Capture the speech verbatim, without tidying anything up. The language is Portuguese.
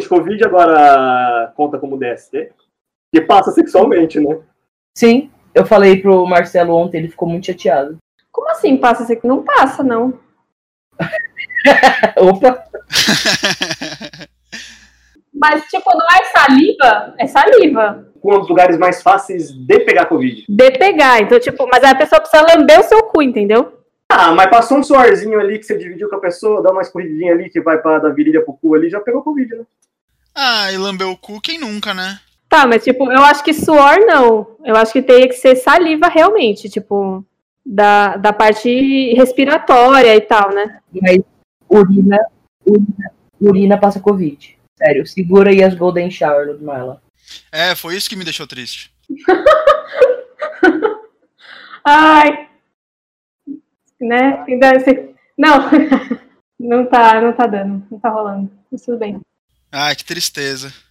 Gente, Covid agora conta como D S T? Que passa sexualmente, né? Sim, eu falei pro Marcelo ontem, ele ficou muito chateado. Como assim passa? Não passa, não. Opa! Mas, tipo, não é saliva? É saliva. Um dos lugares mais fáceis de pegar Covid. De pegar. Então, tipo, mas a pessoa precisa lamber o seu cu, entendeu? Ah, mas passou um suorzinho ali que você dividiu com a pessoa, dá uma escorridinha ali que vai pra da virilha pro cu ali, já pegou Covid, né? Ah, e lambeu o cu, quem nunca, né? Tá, mas, tipo, eu acho que suor não. Eu acho que teria que ser saliva realmente, tipo, da, da parte respiratória e tal, né? Mas urina, urina, urina passa Covid. Sério, segura aí as Golden Shower, Ludmilla. É, foi isso que me deixou triste. Ai. Né? Não, não tá, não tá dando, não tá rolando. Mas tudo bem. Ai, que tristeza.